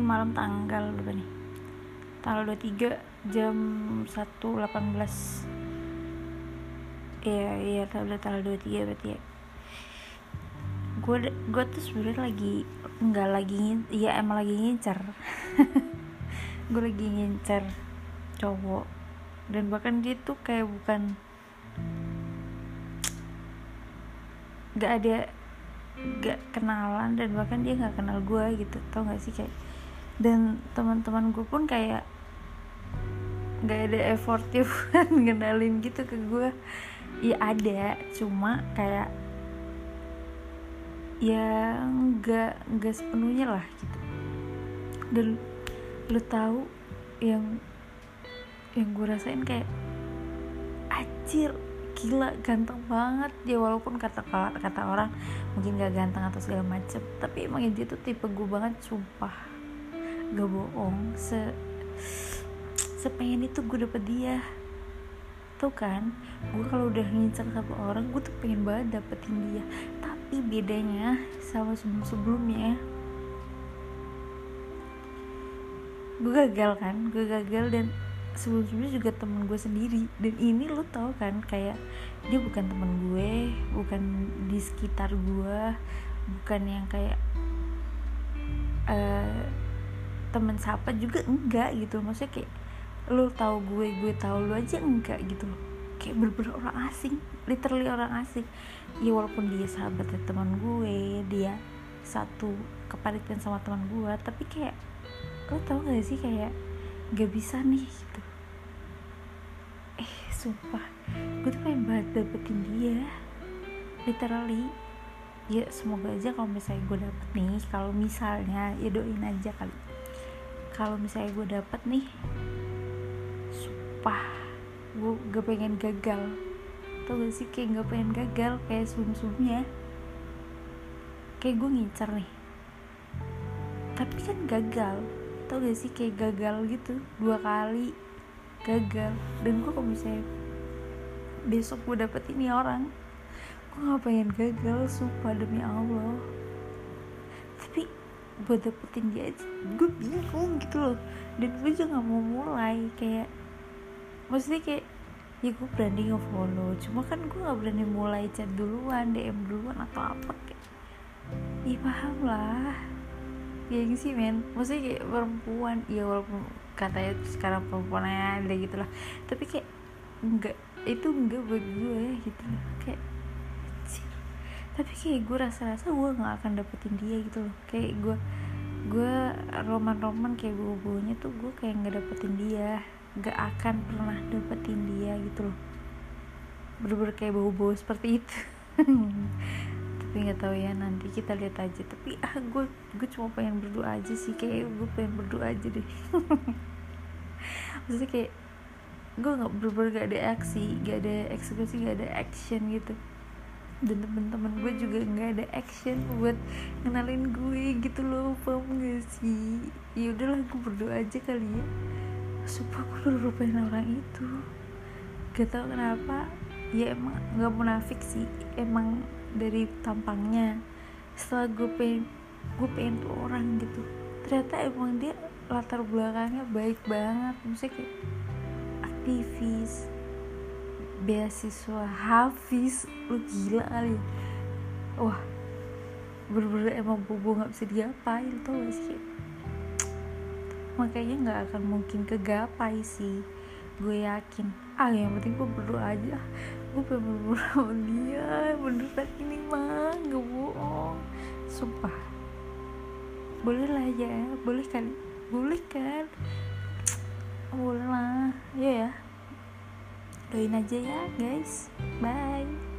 malam tanggal berapa nih? Tanggal 23 jam 1.18. Iya tanggal 23 berarti ya. Gue tuh sebenarnya emang lagi ngincer. Gue lagi ngincer cowok, dan bahkan dia tuh kayak bukan gak kenalan, dan bahkan dia gak kenal gue gitu, tau gak sih kayak. Dan teman-teman gue pun kayak gak ada effortnya buat ngenalin gitu ke gue. Ya ada, cuma kayak ya nggak sepenuhnya lah gitu. Dan lu tahu yang gue rasain kayak anjir, gila ganteng banget dia, walaupun kata orang mungkin gak ganteng atau segala macem, tapi emang dia tuh tipe gue banget, sumpah gak bohong. Sepengen itu gue dapet dia tuh kan. Gue kalau udah ngincer sama orang, gue tuh pengen banget dapetin dia. Tapi bedanya sama sebelumnya, gue gagal, dan sebelumnya juga temen gue sendiri. Dan ini lo tau kan, kayak dia bukan temen gue, bukan di sekitar gue, bukan yang kayak temen sapa juga enggak gitu. Maksudnya kayak lo tau gue tau lo aja enggak gitu loh. Kayak bener-bener orang asing, literally orang asing. Ya walaupun dia sahabatnya teman gue, dia satu kepanitiaan sama teman gue, tapi kayak lo tau gak sih kayak gak bisa nih gitu. Sumpah gue tuh pengen banget dapetin dia, literally. Ya semoga aja kalau misalnya gue dapet nih, kalau misalnya ya doain aja kali, kalau misalnya gue dapet nih, sumpah gue gak pengen gagal. Tau gak sih kayak gak pengen gagal kayak sebelumnya. Kayak gue ngincer nih tapi kan gagal. Tau gak sih kayak gagal gitu, 2 kali gagal. Dan gue kalau misalnya besok gue dapet ini orang, gue gak pengen gagal, sumpah demi Allah. Tapi buat dapetin dia aja gue bingung gitu loh. Dan gue juga gak mau mulai, kayak maksudnya kayak ya gue berani nge-follow, cuma kan gue gak berani mulai chat duluan, DM duluan atau apa kayak. Ya paham lah, gengsi men. Maksudnya kayak perempuan, ya walaupun katanya sekarang perempuan ada gitu lah, tapi kayak enggak, itu enggak buat gue gitu loh. Kayak tapi kayak gue rasa gue gak akan dapetin dia gitu loh. Kayak gue roman kayak bobo-bobonya tuh gue kayak gak dapetin dia, gak akan pernah dapetin dia gitu loh. Bener-bener kayak bobo seperti itu. Tapi nggak tahu ya, nanti kita lihat aja. Tapi gue cuma pengen berdoa aja sih, kayak gue pengen berdoa aja deh. Maksudnya kayak gue nggak bener-bener gak ada aksi, gak ada eksekusi, gak ada action gitu. Dan teman-teman gue juga nggak ada action buat kenalin gue gitu loh, paham gak sih? Ya udahlah, gue berdoa aja kali ya. Sumpah gue bener-bener pengen orang itu, gak tau kenapa. Ya emang nggak munafik sih, emang dari tampangnya. Setelah gue pengen tuh orang gitu, ternyata emang dia latar belakangnya baik banget. Maksudnya kayak aktivis, beasiswa, hafiz. Lu gila kali. Wah bener-bener emang bobo gak bisa digapain, tau gak sih? Makanya gak akan mungkin kegapai sih, gue yakin. Yang penting gue berdoa aja. Gue pengen berdoa sama dia beneran ini mah, gak bohong, sumpah. Boleh lah ya, boleh kan? Boleh lah ya. Doain aja ya guys, bye.